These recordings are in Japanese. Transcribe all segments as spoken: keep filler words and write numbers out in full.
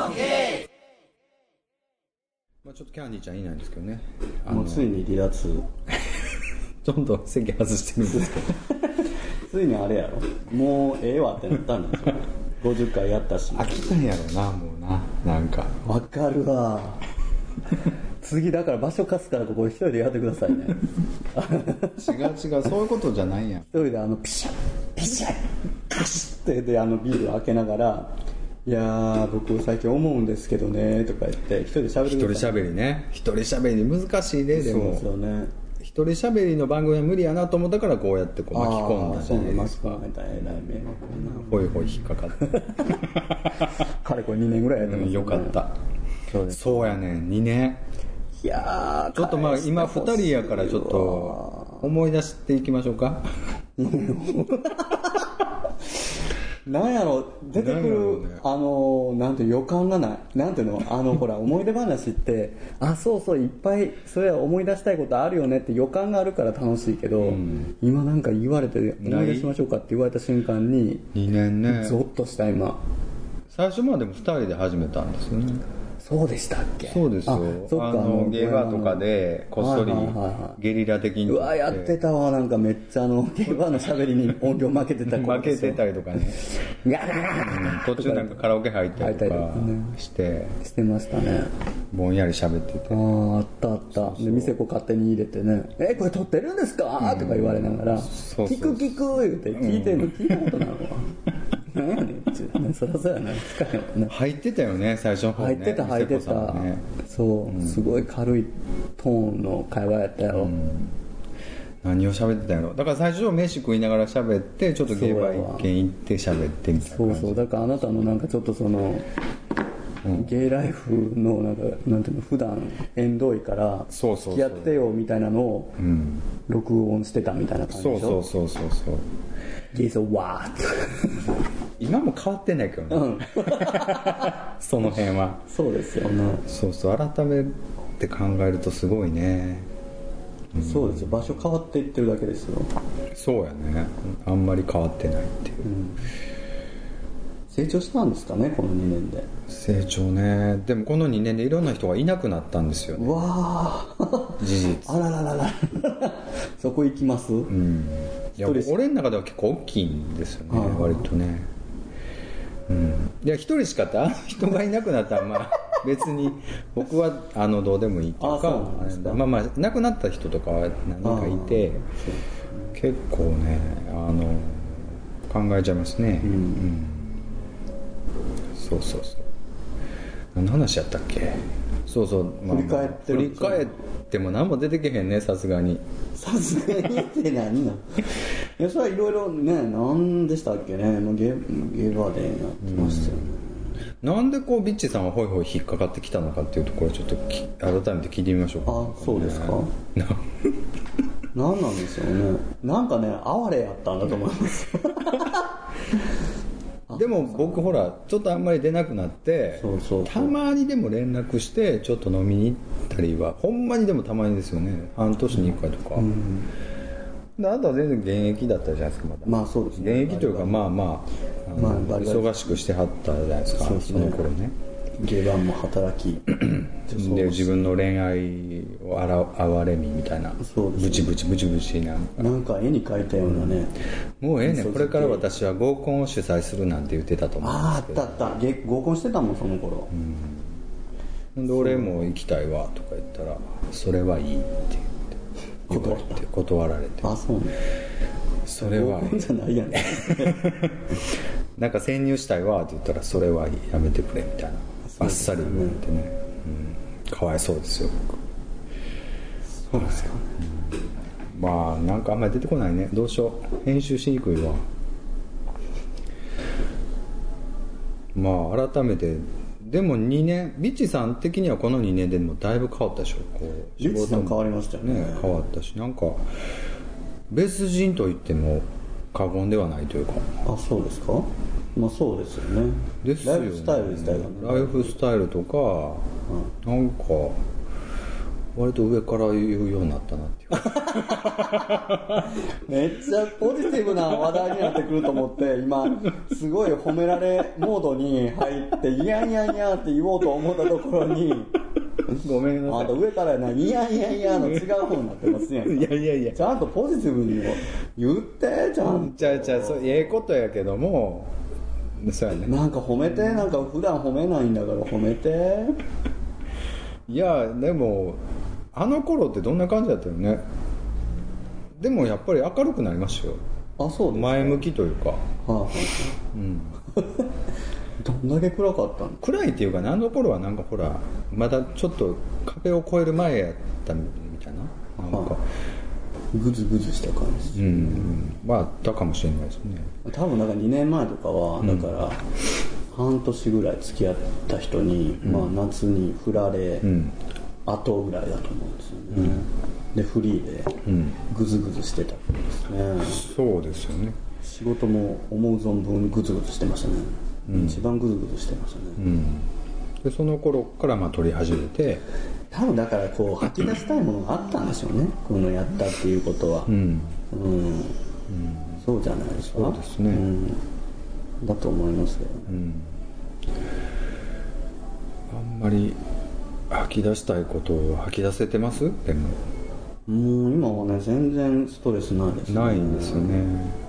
まあちょっとキャンディーちゃんいないんですけどね。 もうついに離脱どんどん席外してるんですけどついにあれやろ、もうええわってなったんでしょごじゅっかいやったし飽きたんやろな、もうな。なんかわかるわ次だから場所貸すからここ一人でやってくださいね違う違う、そういうことじゃないやん。 一人であのピシャッピシャッカシッってであのビール開けながら、いやー僕最近思うんですけどねとか言って一人で喋ってください。 一人喋りね、一人喋り難しいね。でもそうですよね、 一人喋りの番組は無理やなと思ったからこうやってこう巻き込んだんじゃないですか。 そうなんですか。えらい迷惑な。 ほいほい引っかかってかれこれにねんぐらいやってますよね、 うん、よかった。そうです。そうやねん、にねん。 いやーちょっとまあ今ふたりやからちょっと思い出していきましょうかなんやろ出てくる、ね、あのなんて予感がない、なんていうの、あのほら思い出話ってあそうそういっぱいそれは思い出したいことあるよねって予感があるから楽しいけど、うん、今なんか言われて思い出しましょうかって言われた瞬間ににねんねゾッとした。今最初までもふたりで始めたんですよね。 そうでしたっけ。 そうですよ。あ、そっか、あのゲーバーとかでこっそりゲリラ的に、 うわやってたわ。なんかめっちゃあのゲーバーの喋りに音量負けてた負けてたりとかねガガガガ途中なんかカラオケ入ったりとかしてしてましたね。 ぼんやり喋ってて、 あああったあった。で店子勝手に入れてね、えこれ撮ってるんですか、うん、とか言われながら聞く聞く言うて聞いてんの、うん、聞いたことないわ何やねんってね、そりゃそうやないですかね。 入ってたよね最初の方ね。 入ってた入ってた、ね、そう、うん、すごい軽いトーンの会話やったよ、うん、 何を喋ってたんやろ。だから最初飯食いながら喋ってちょっとゲーバー一軒行って喋ってみたいな。 そうそうだからあなたのなんかちょっとその、うん、ゲイライフのなんかなんていうの普段縁遠いから付き合ってよみたいなのを録音してたみたいな感じでしょ。 そうそうそうそうそう。 ゲイソワー今も変わってないけどね、うん、その辺はそうですよね。 そうそう改めて考えるとすごいね、 うん、そうですよ。場所変わっていってるだけですよ。 そうやね。あんまり変わってないっていう、うん、 成長したんですかねこのにねんで。 成長ね。でもこのにねんでいろんな人がいなくなったんですよね。 うわー事実。 あららららそこ行きます。うん。 いや俺の中では結構大きいんですよね割とね。うん。いや一人しかってあの人がいなくなったらまあ別に僕はあのどうでもいいっていうか、あまあまあ亡くなった人とかは何人かいて結構ねあの考えちゃいますね。うん、うん、そうそうそう。何の話やったっけ。そうそう、まあ、 振り返ってる。 振り返っても何も出てけへんねさすがに。 さすがにって何なんいやそれはいろいろね。何でしたっけね、まあ、ゲ, ゲーバーでやってましたよね、 うん、なんでこうビッチさんはホイホイ引っかかってきたのかっていうところをちょっと改めて聞いてみましょうか。 あそうですか何なんでしょうね。なんかね哀れやったんだと思いますでも僕ほらちょっとあんまり出なくなってそうそうそう、 たまにでも連絡してちょっと飲みに行ったりはほんまにでもたまにですよね。半年にいっかいとか、うん、であとは全然現役だったじゃないですかまだ。 まあそうですね。 現役というかまあまあ、あまあ、忙しくしてはったじゃないですか。そうそうその頃ねゲーバーも働きで自分の恋愛をあら哀れみみたいな、そうですね、ブチブチブチブチなんかなんか絵に描いたようなね、 うん、もうええねんこれから私は合コンを主催するなんて言ってたと思うんですけど。 あああったあった合コンしてたもんその頃、 うん、で俺も行きたいわとか言ったらそれはいいって言って言われて断られて。 あそうね。 それは合コンじゃないやんなんか潜入したいわって言ったらそれはやめてくれみたいなあっさり言われてね、うん、かわいそうですよ僕。 そうですか、 うん、まあなんかあんまり出てこないね。どうしよう編集しにくいわ。まあ改めてでもにねんビッチさん的にはこのにねんでもだいぶ変わったでしょ。こうビッチさん変わりましたよね。 ね変わったしなんか別人と言っても過言ではないというか。 あそうですか。まあそうですよね。 ですよね。 ライフスタイル自体が、ね、 ライフスタイルとか、うん、なんか割と上から言うようになったなっていうめっちゃポジティブな話題になってくると思って今すごい褒められモードに入っていやいやいやって言おうと思ったところにごめんなさい、 あんた上からやないやいやいやの違う方になってますやんか。 いやいやいや、 ちゃんとポジティブに言ってちゃんと。 ちゃうちゃう、そうええことやけども、そうやね。 なんか褒めて、なんか普段褒めないんだから褒めて。 いやでもあの頃ってどんな感じだったよね。でもやっぱり明るくなりましたよ。 あ、そうですか。 前向きというか、はあはあ、 うん、 どんだけ暗かったの。 暗いっていうか、あの頃はなんかほらまだちょっと壁を越える前やったみたいな、なんか、はあ、グズグズした感じ。 うん、まああったかもしれないですね。 多分なんかにねんまえとかは、うん、だから半年ぐらい付き合った人に、うん、まあ、夏に振られ、うん、後ぐらいだと思うんですよね、うん、でフリーでグズグズしてたんですね、うん、 そうですよね。 仕事も思う存分グズグズしてましたね、うん、一番グズグズしてましたね、うん、 でその頃からまあ撮り始めて、 多分だからこう吐き出したいものがあったんでしょうね、このやったっていうことは、うんうんうん、そうじゃないですか。 そうですね、うん、 だと思いますよ、うん、 あんまり吐き出したいことを吐き出せてます？でももう今はね全然ストレスないですね。 ないんですよね、うん、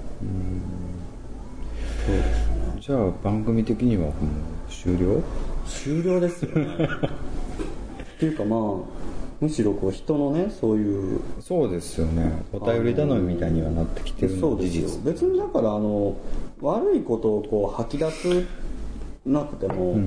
そうですね。 じゃあ番組的にはもう終了？ 終了ですよねっていうかまあむしろこう人のねそういうそうですよね、お便り頼みみたいにはなってきてるのが事実。 そうですよ。別にだからあの悪いことをこう吐き出すなくても、うん、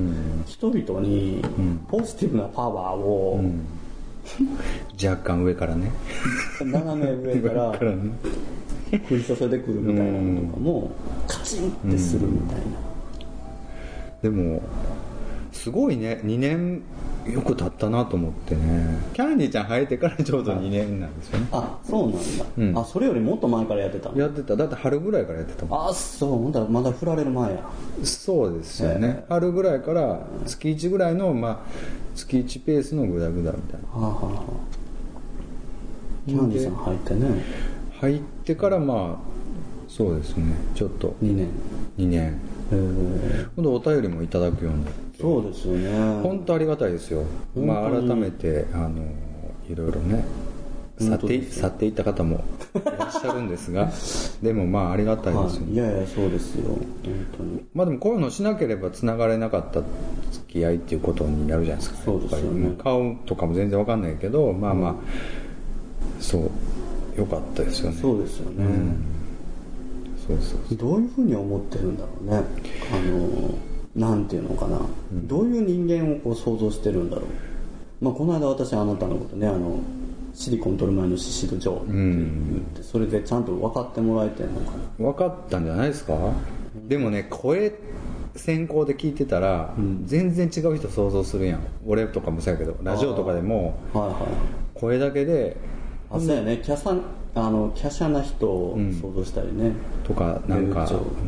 人々にポジティブなパワーを、うん、 若干上からね斜め上から降り注いでくるみたいなのとかもカチンってするみたいな、 うん、でもすごいね、にねんよく経ったなと思ってね。キャンディーちゃん生えてからちょうどにねんなんですよね。 あ、そうなんだ、うん、あ、それよりもっと前からやってたの？ やってた。だって春ぐらいからやってたもん。 あ、そう、まだまだ振られる前や。 そうですよね、えー、春ぐらいから月いちぐらいの、まあ、月いちペースのグダグダみたいな、はあはあ、 キャンディーさん入ってね、 入ってからまあそうですね、ちょっとにねんにねん、えー、今度お便りもいただくようになって、 そうですよね、 本当ありがたいですよ。まあ、改めてあのいろいろね去って去っていった方もいらっしゃるんですがでもまあありがたいですよね、はい、 いやいやそうですよ本当に。 まあでもこういうのしなければつながれなかった付き合いっていうことになるじゃないですか。 そうですよね。 顔とかも全然わかんないけど、まあまあ、うん、そう良かったですよね。 そうですよね、うん、 そうそうそう。 どういうふうに思ってるんだろうね。あのなんていうのかな、うん、どういう人間をこう想像してるんだろう。まあこの間私あなたのことね、あのシリコン取る前のシシド・ジョーって言って、うん、それでちゃんと分かってもらえてんのかな。 分かったんじゃないですか、うん、でもね声先行で聞いてたら、うん、全然違う人想像するやん。俺とかもそうやけどラジオとかでも、はいはい、声だけであ、そうやね、キャサあの華奢な人を想像したりね、うん、 とかなんか、うん、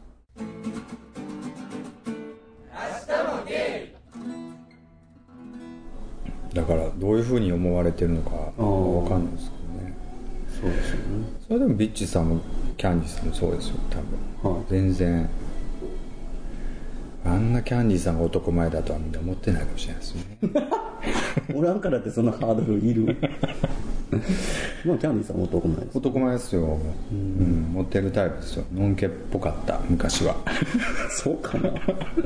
だからどういうふうに思われてるのかわかんないですけどね。 そうですよね。 それでもビッチさんもキャンディーさんもそうですよ多分、はい、全然あんなキャンディーさんが男前だとはみんな思ってないかもしれないですねおらんからってそのハードルいるまあキャンディーさんも男前です。 男前ですよ、うん、うん、モテるタイプですよ。のんけっぽかった昔はそうかな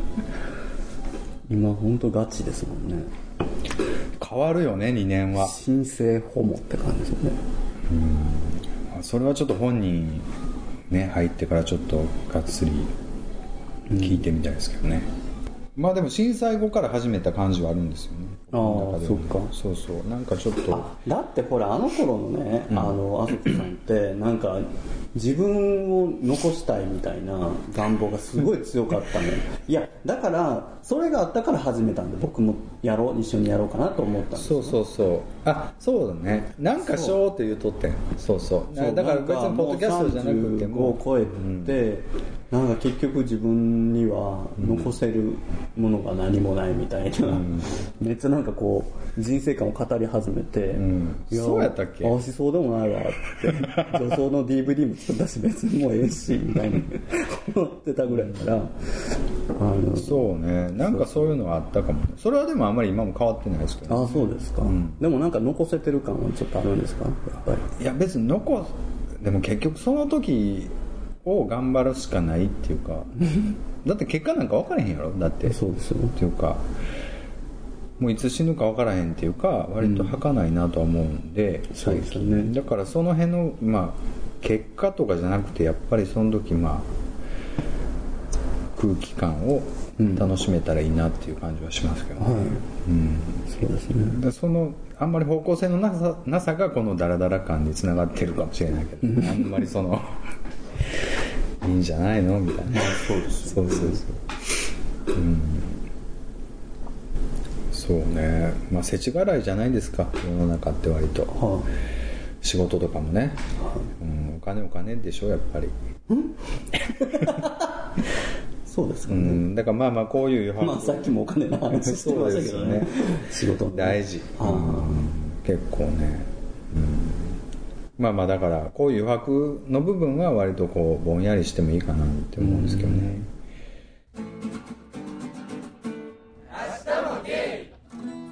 今本当ガチですもんね。 変わるよねにねんは。 新生ホモって感じですよね。 うん、それはちょっと本人ね入ってからちょっとがっつり聞いてみたいですけどね、うん、まあでも震災後から始めた感じはあるんですよね。 ああ、そっか。 そうそう、なんかちょっとだってほらあの頃のね、うん、あのあそこさんってなんか自分を残したいみたいな願望がすごい強かったのよいやだからそれがあったから始めたんで、僕もやろう一緒にやろうかなと思ったんですよ。 そうそうそう、あ、そうだね、なんかしようって言うとってん。そうそう、そうだから別にポッドキャストじゃなくてもを超えて、うん、 なんか結局自分には残せるものが何もないみたいな、うん、めっちゃなんかこう人生観を語り始めて、うん、 いやそうやったっけ、 ああしそうでもないわって女装の ディーブイディー も作ったし別にもうええしみたいに思ってたぐらいだから、 あのそうね、なんかそういうのはあったかもね。それはでもあんまり今も変わってないですけど、ね、 ああそうですか、うん、でもなんか残せてる感はちょっとあるんですかやっぱり。 いや別に残でも結局その時を頑張るしかないっていうかだって結果なんか分からへんやろ、だってそうですよっていうかもういつ死ぬか分からへんっていうか割と儚いなとは思うんで、 うん、そうですよね。 だからその辺のまあ結果とかじゃなくてやっぱりその時まあ空気感を楽しめたらいいなっていう感じはしますけどね、 はい、うん、そうですね。 でそのあんまり方向性のなさ、なさがこのダラダラ感につながってるかもしれないけどあんまりそのいいんじゃないのみたいな。 そうです、 そうそうそう、うん、そうね、まあ世知辛いじゃないですか世の中って割と、はあ、仕事とかもね、はあ、うん、お金お金でしょやっぱりそうですかね、 うん、だからまあまあこういう余白、 まあさっきもお金の話してましたけどね仕事の、ね、 大事、うん、結構ね、うん、まあまあだからこういう余白の部分は割とこうぼんやりしてもいいかなって思うんですけどね、うん、明日もゲイ。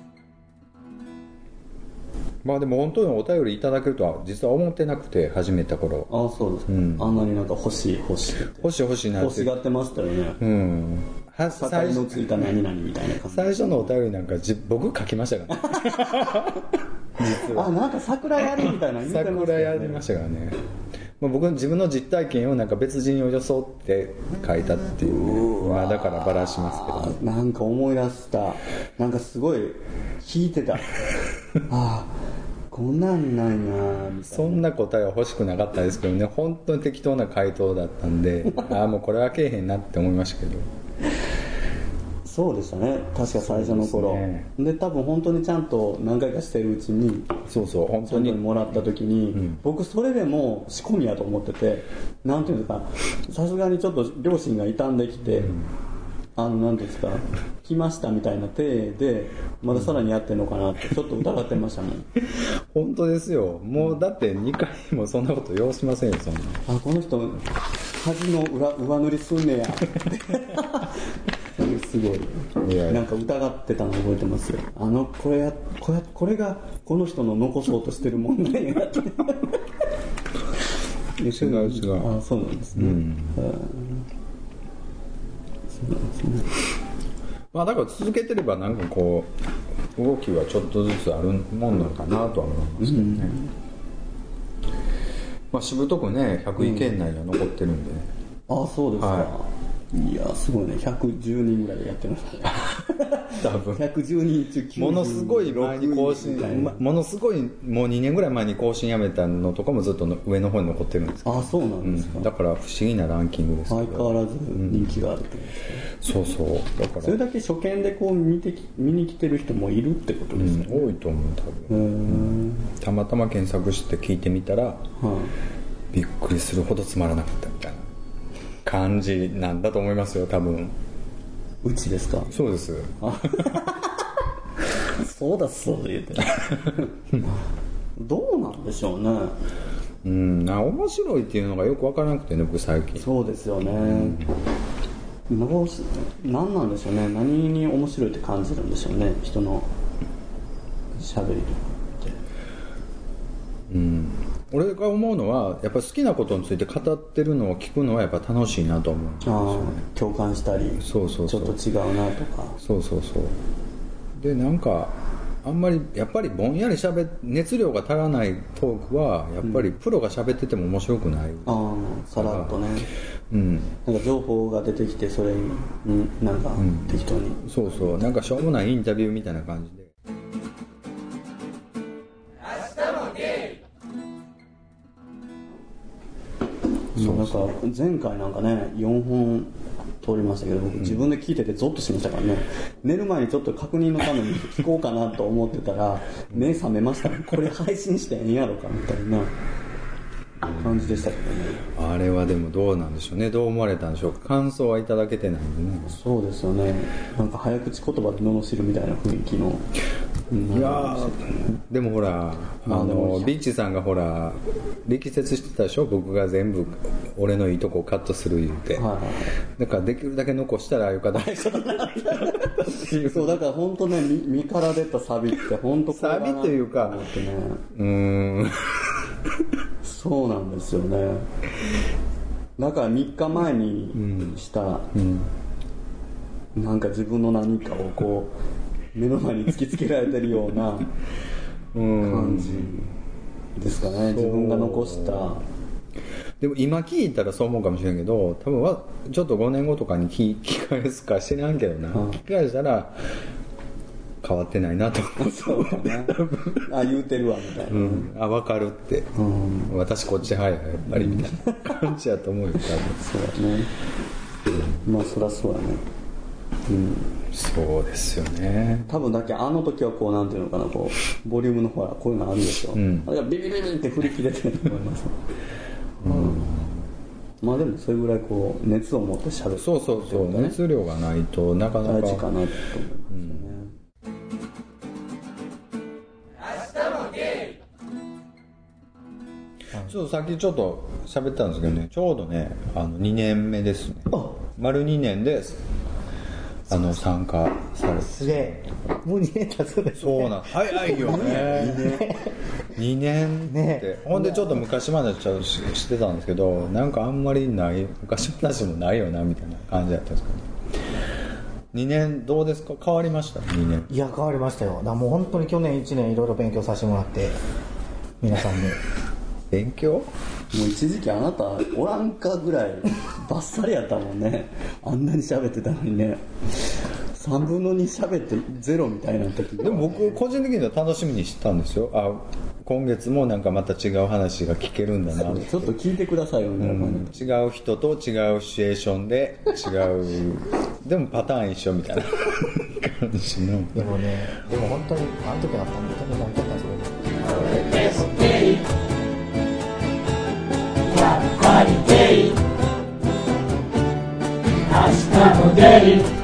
まあでも本当にお便りいただけるとは実は思ってなくて始めた頃。 ああそうですか、うん、あんなになんか欲しい欲しい欲しい欲しいなって欲しがってましたよね。 うんは境のついた何々みたいな感じ。 最初のお便りなんかじ僕書きましたからね実はあなんか桜やるみたいな言ってましたよね。 桜やりましたからね、まあ、僕自分の実体験をなんか別人を装って書いたっていう、ね、まあだからバラしますけど、 ね、なんか思い出したなんかすごい聞いてたああこんなんないなみたいな。 そんな答えは欲しくなかったですけどね本当に適当な回答だったんでああもうこれはけえへんなって思いましたけどそうでしたね確か最初の頃 で,、ね、で多分本当にちゃんと何回かしてるうちにそうそう本当にもらった時に、うん、僕それでも仕込みやと思っててなんていうんですかさすがにちょっと両親が傷んできて、うん、あのなんていうんですか来ましたみたいな体でまださらにやってんのかなってちょっと疑ってましたもん本当ですよもうだってにかいもそんなこと要しませんよそんなあこの人端の 裏, 上塗りすんねやすごいなんか疑ってたの覚えてますよあのこれやこれこれがこの人の残そうとしてる問題やって違う違うあそうなんですね、うん、そうなんですねまあだから続けてればなんかこう動きはちょっとずつあるもんなのかなとは思いますけどね、うん、まあしぶとくねひゃくい圏内には残ってるんでね、 うん、あそうですか、はいいやすごいねひゃくじゅうにんぐらいでやってましたね多分ひゃくじゅうにん中きゅうじゅうものすごい前に更新、ま、ものすごいもうにねんぐらい前に更新やめたのとかもずっと上の方に残ってるんですけどあそうなんですか、 うん、だから不思議なランキングですけど相変わらず人気があるってことですね、 うん、そうそうだからそれだけ初見でこう見て見に来てる人もいるってことですね、 うん、多いと思う多分、うん、たまたま検索して聞いてみたら、はあ、びっくりするほどつまらなかったみたいな感じなんだと思いますよ多分うちですかそうですそうだそう言ってどうなんでしょうねうんな面白いっていうのがよく分からなくてね僕最近そうですよね、うん、何なんでしょうね何に面白いって感じるんでしょうね人の喋りとかってうん俺が思うのはやっぱ好きなことについて語ってるのを聞くのはやっぱ楽しいなと思うんですよねあ共感したりそうそうそうちょっと違うなとかそうそうそうでなんかあんまりやっぱりぼんやりしゃべ熱量が足らないトークはやっぱりプロが喋ってても面白くない、うん、 ああさらっとねうんなんか情報が出てきてそれになんか適当に、 うん、そうそうなんかしょうもないインタビューみたいな感じでそうなんか前回なんかねよんほん通りましたけど僕自分で聞いててゾッとしましたからね、うん、寝る前にちょっと確認のために聞こうかなと思ってたら目覚めましたねこれ配信してええんやろかみたいな感じでしたけどね。 あれはでもどうなんでしょうね、どう思われたんでしょうか。感想はいただけてないんでね。 そうですよね、なんか早口言葉で罵るみたいな雰囲気の、 いやーでもほらあのビッチさんがほら力説してたでしょ、僕が全部俺のいいとこをカットする言うて、はいはい、だからできるだけ残したらよかったそうだから本当ね、身から出たサビって本当サビというか、ね、うーんそうなんですよね。だからみっかまえにした、うんうん、なんか自分の何かをこう目の前に突きつけられてるような感じですかね、自分が残した。 でも今聞いたらそう思うかもしれんけど、多分はちょっとごねんごとかに聞き返すか知らんけどな、うん、聞き返したら変わってないなと思う。 そうかなあ、言うてるわみたいな、うん、 あ、分かるって、うん、私こっち早いやっぱりみたいな感じやと思うよ多分。 そうだね、まあそりゃそうやね、 うん、そうですよね。 多分だけあの時はこうなんていうのかな、こうボリュームのほらこういうのあるでしょ、うん、だからビビビビって振り切れてると思いますうん、まあでもそれぐらいこう熱を持って喋る、ね、 そうそうそう、熱量がないとなかなか大事かなと思いますよね、 うん、ちょっとさっきちょっと喋ったんですけどね、ちょうどねあのにねんめですね、丸にねんですあの参加されて。 すげえ、もうにねん経つんですね。そうなん早いよねにねんって、ね、ほんでちょっと昔話ちょっとしてたんですけど、なんかあんまりない昔話もないよなみたいな感じだったんですけど、にねんどうですか、変わりましたにねん。 いや変わりましたよ。だからもう本当に去年いちねんいろいろ勉強させてもらって皆さんに勉強もう一時期あなたおらんかぐらいバッサリやったもんねあんなに喋ってたのにね、さんぶんのに喋ってゼロみたいな時、ね、 でも僕個人的には楽しみにしてたんですよ。あ、今月もなんかまた違う話が聞けるんだな、 ちょっと聞いてくださいよね、うん、 違う人と違うシチュエーションで違うでもパターン一緒みたいな感じの。 でもね、でも本当にあの時あったの本当に何回かそれやっぱりゲイ、明日もゲイ